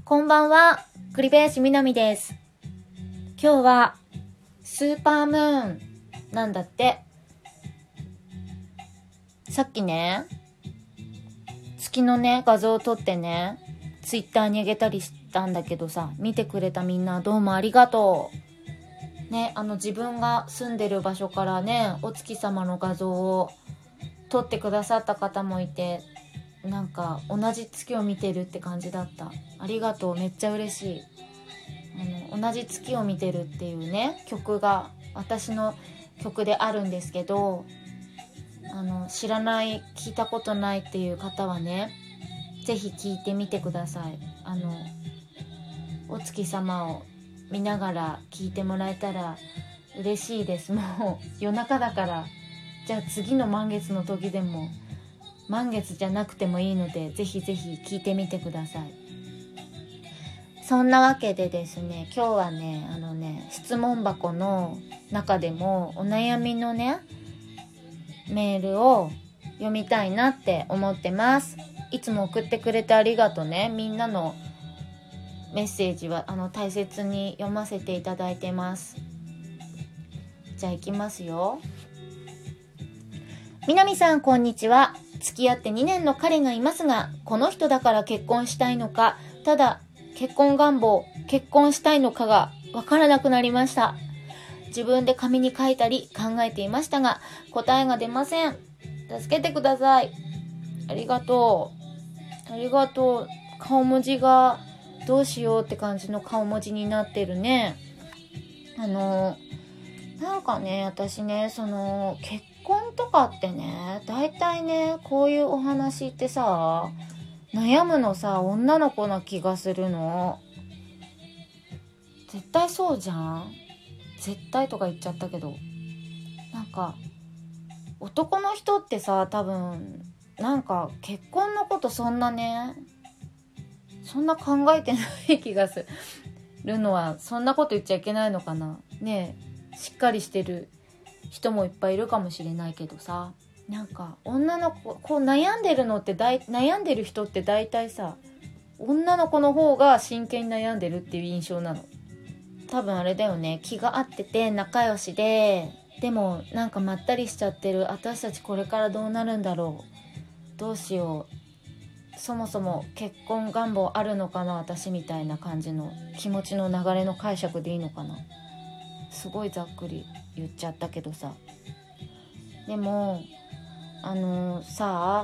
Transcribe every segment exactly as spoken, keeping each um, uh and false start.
こんばんは、栗林みなみです。今日はスーパームーンなんだって。さっきね、月のね画像を撮ってね、ツイッターにあげたりしたんだけどさ、見てくれたみんなどうもありがとう。ね、あの自分が住んでる場所からね、お月様の画像を撮ってくださった方もいて、なんか同じ月を見てるって感じだった。ありがとう、めっちゃ嬉しい。あの同じ月を見てるっていうね曲が私の曲であるんですけど、あの知らない、聞いたことないっていう方はね、ぜひ聞いてみてください。あのお月様を見ながら聞いてもらえたら嬉しいです。もう夜中だから、じゃあ次の満月の時でも、満月じゃなくてもいいので、ぜひぜひ聞いてみてください。そんなわけでですね、今日はね、あのね、質問箱の中でもお悩みのね、メールを読みたいなって思ってます。いつも送ってくれてありがとね。みんなのメッセージはあの大切に読ませていただいてます。じゃあ行きますよ。みなみさん、こんにちは。付き合ってにねんの彼がいますが、この人だから結婚したいのか、ただ結婚願望、結婚したいのかがわからなくなりました。自分で紙に書いたり考えていましたが、答えが出ません。助けてください。ありがとう。ありがとう。顔文字がどうしようって感じの顔文字になってるね。あの、なんかね、私ね、その、結婚とかってね、大体ね、こういうお話ってさ、悩むのさ、女の子な気がするの。絶対そうじゃん。絶対とか言っちゃったけど、なんか男の人ってさ、多分なんか結婚のことそんなね、そんな考えてない気がするのは、そんなこと言っちゃいけないのかなね。えしっかりしてる人もいっぱいいるかもしれないけどさ、なんか女の子こう悩んでるのってだい悩んでる人って大体さ、女の子の方が真剣に悩んでるっていう印象なの。多分あれだよね、気が合ってて仲良しで、でもなんかまったりしちゃってる私たち、これからどうなるんだろう、どうしよう、そもそも結婚願望あるのかな私みたいな感じの気持ちの流れの解釈でいいのかな。すごいざっくり言っちゃったけどさ、でもあのー、さあ、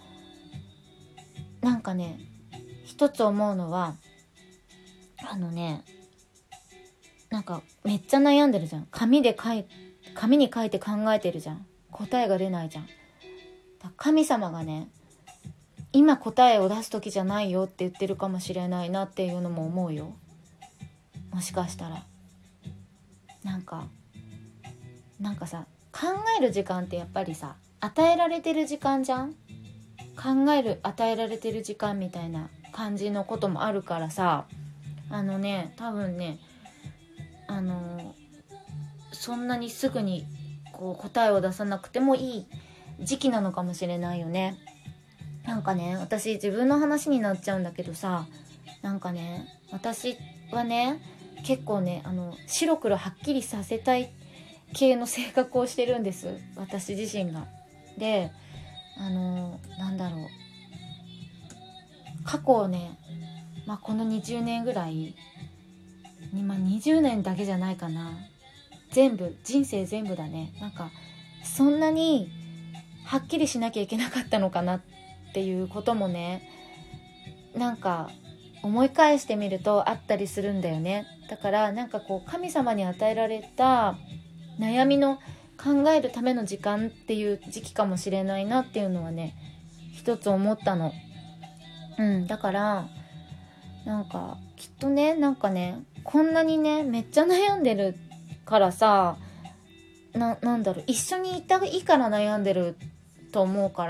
なんかね、一つ思うのは、あのね、なんかめっちゃ悩んでるじゃん。紙で書い紙に書いて考えてるじゃん。答えが出ないじゃん。神様がね、今答えを出す時じゃないよって言ってるかもしれないなっていうのも思うよ。もしかしたらなんかなんかさ、考える時間ってやっぱりさ、与えられてる時間じゃん。考える、与えられてる時間みたいな感じのこともあるからさ、あのね、多分ね、あのそんなにすぐにこう答えを出さなくてもいい時期なのかもしれないよね。なんかね、私自分の話になっちゃうんだけどさ、なんかね、私はね、結構ね、あの白黒はっきりさせたい系の性格をしてるんです、私自身が。で、あのなんだろう、過去をね、まあ、このにじゅうねんぐらいに、まあ、にじゅうねんだけじゃないかな、全部、人生全部だね。なんかそんなにはっきりしなきゃいけなかったのかなっていうこともね、なんか思い返してみるとあったりするんだよね。だからなんかこう、神様に与えられた悩みの考えるための時間っていう時期かもしれないなっていうのはね、一つ思ったの。うん、だからなんかきっとね、なんかね、こんなにねめっちゃ悩んでるからさ、な、なんだろう、一緒にいたらいいから悩んでると思うから、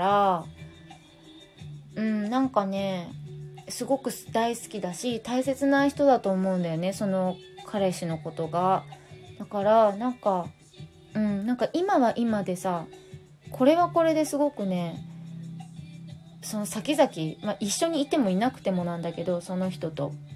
うん、なんかね、すごく大好きだし大切な人だと思うんだよね、その彼氏のことが。だからなんか、うん、なんか今は今でさ、これはこれですごくね、その先々、まあ、一緒にいてもいなくてもなんだけど、その人と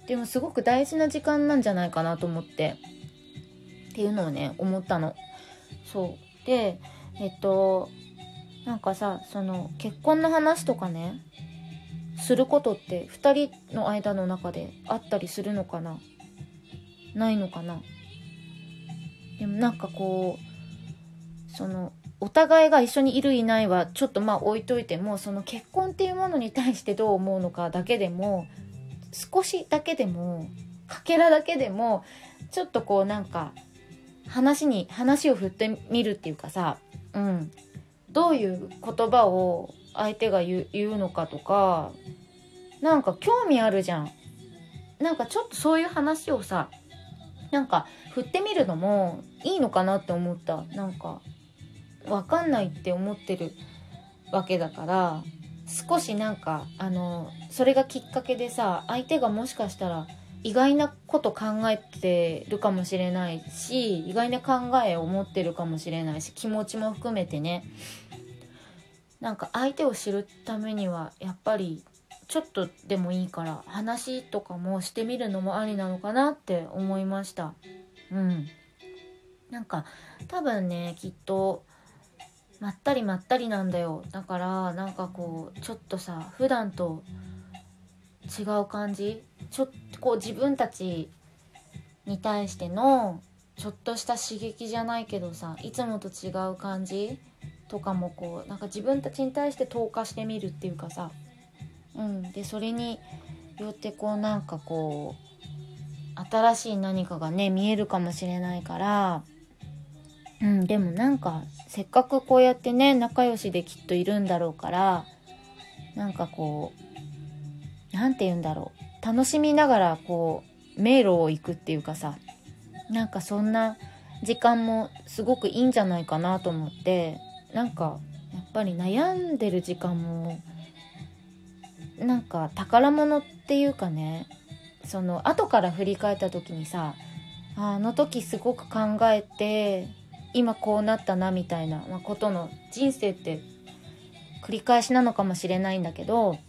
でもすごく大事な時間なんじゃないかなと思ってっていうのをね思ったの。そうでえっとなんかさ、その結婚の話とかねすることってふたりの間の中であったりするのかな、ないのかな。でもなんかこうそのお互いが一緒にいるいないはちょっとまあ置いといても、その結婚っていうものに対してどう思うのかだけでも、少しだけでもかけらだけでもちょっとこうなんか話に話を振ってみるっていうかさ、うん、どういう言葉を相手が言う、言うのかとか、なんか興味あるじゃん。なんかちょっとそういう話をさ、なんか振ってみるのもいいのかなって思った。なんかわかんないって思ってるわけだから、少しなんかあのそれがきっかけでさ、相手がもしかしたら意外なこと考えてるかもしれないし、意外な考えを持ってるかもしれないし、気持ちも含めてね、なんか相手を知るためにはやっぱりちょっとでもいいから話とかもしてみるのもありなのかなって思いました。うん。なんか多分ね、きっとまったりまったりなんだよ。だからなんかこうちょっとさ、普段と違う感じ、ちょっとこう自分たちに対してのちょっとした刺激じゃないけどさ、いつもと違う感じとかもこうなんか自分たちに対して投下してみるっていうかさ、うんでそれによってこうなんかこう新しい何かがね見えるかもしれないから、うんでもなんかせっかくこうやってね仲良しできっといるんだろうから、なんかこうなんて言うんだろう、楽しみながらこう迷路を行くっていうかさ、なんかそんな時間もすごくいいんじゃないかなと思って、なんかやっぱり悩んでる時間もなんか宝物っていうかね、その後から振り返った時にさ、あ、あの時すごく考えて今こうなったなみたいな、まあ、ことの人生って繰り返しなのかもしれないんだけど、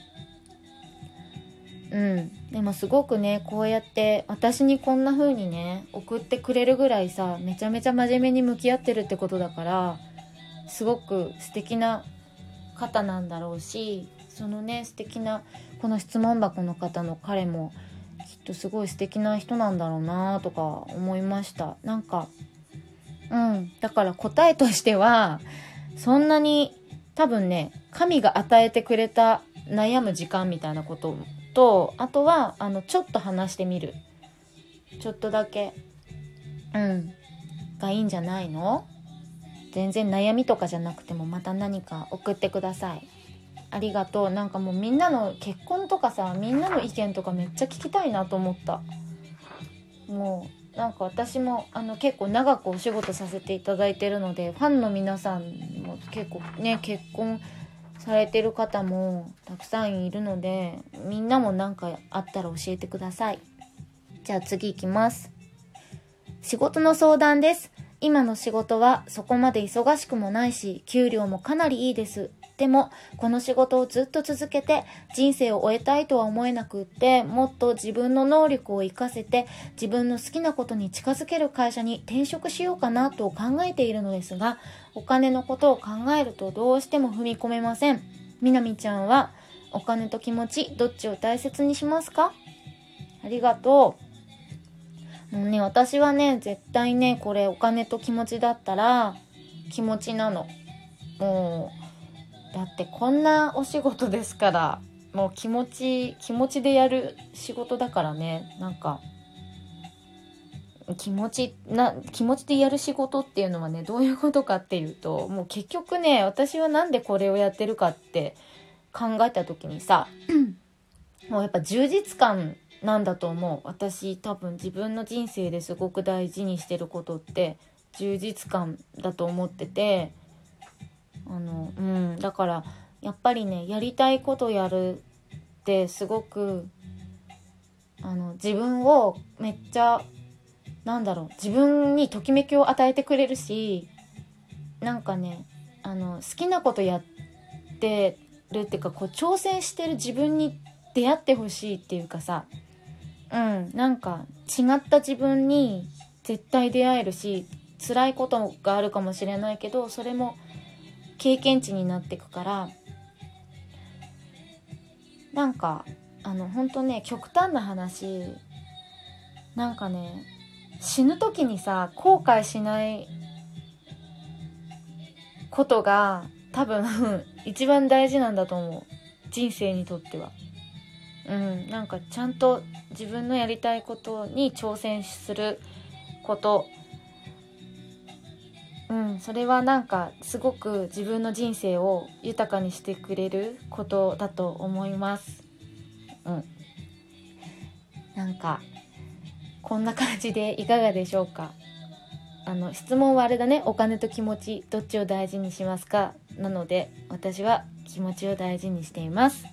うんでもすごくねこうやって私にこんな風にね送ってくれるぐらいさ、めちゃめちゃ真面目に向き合ってるってことだから、すごく素敵な方なんだろうし、そのね素敵なこの質問箱の方の彼もきっとすごい素敵な人なんだろうなとか思いました。なんかうんだから答えとしてはそんなに多分ね、神が与えてくれた悩む時間みたいなことと、あとはあのちょっと話してみる、ちょっとだけうんがいいんじゃないの。全然悩みとかじゃなくてもまた何か送ってください。ありがとう。なんかもうみんなの結婚とかさ、みんなの意見とかめっちゃ聞きたいなと思った。もうなんか私もあの結構長くお仕事させていただいてるので、ファンの皆さんも結構ね結婚されてる方もたくさんいるので、みんなもなんかあったら教えてください。じゃあ次行きます。仕事の相談です。今の仕事はそこまで忙しくもないし、給料もかなりいいです。でも、この仕事をずっと続けて人生を終えたいとは思えなくって、もっと自分の能力を活かせて自分の好きなことに近づける会社に転職しようかなと考えているのですが、お金のことを考えるとどうしても踏み込めません。みなみちゃんはお金と気持ちどっちを大切にしますか？ありがとう。もうね、私はね絶対ねこれお金と気持ちだったら気持ちなの。もうだってこんなお仕事ですから、もう気持ち気持ちでやる仕事だからね。なんか気持ちな気持ちでやる仕事っていうのはねどういうことかっていうと、もう結局ね私はなんでこれをやってるかって考えた時にさもうやっぱ充実感なんだと思う。私多分自分の人生ですごく大事にしてることって充実感だと思ってて、あのうんだからやっぱりねやりたいことやるってすごくあの自分をめっちゃなんだろう自分にときめきを与えてくれるし、なんかねあの好きなことやってるっていうかこう挑戦してる自分に出会ってほしいっていうかさ、 うんなんか違った自分に絶対出会えるし、辛いことがあるかもしれないけどそれも経験値になっていくから、なんかあの本当ね、極端な話、なんかね、死ぬ時にさ後悔しないことが多分一番大事なんだと思う、人生にとっては。うんなんかちゃんと自分のやりたいことに挑戦すること、うんそれはなんかすごく自分の人生を豊かにしてくれることだと思います。うんなんかこんな感じでいかがでしょうか。あの質問はあれだね、お金と気持ちどっちを大事にしますかなので、私は気持ちを大事にしています。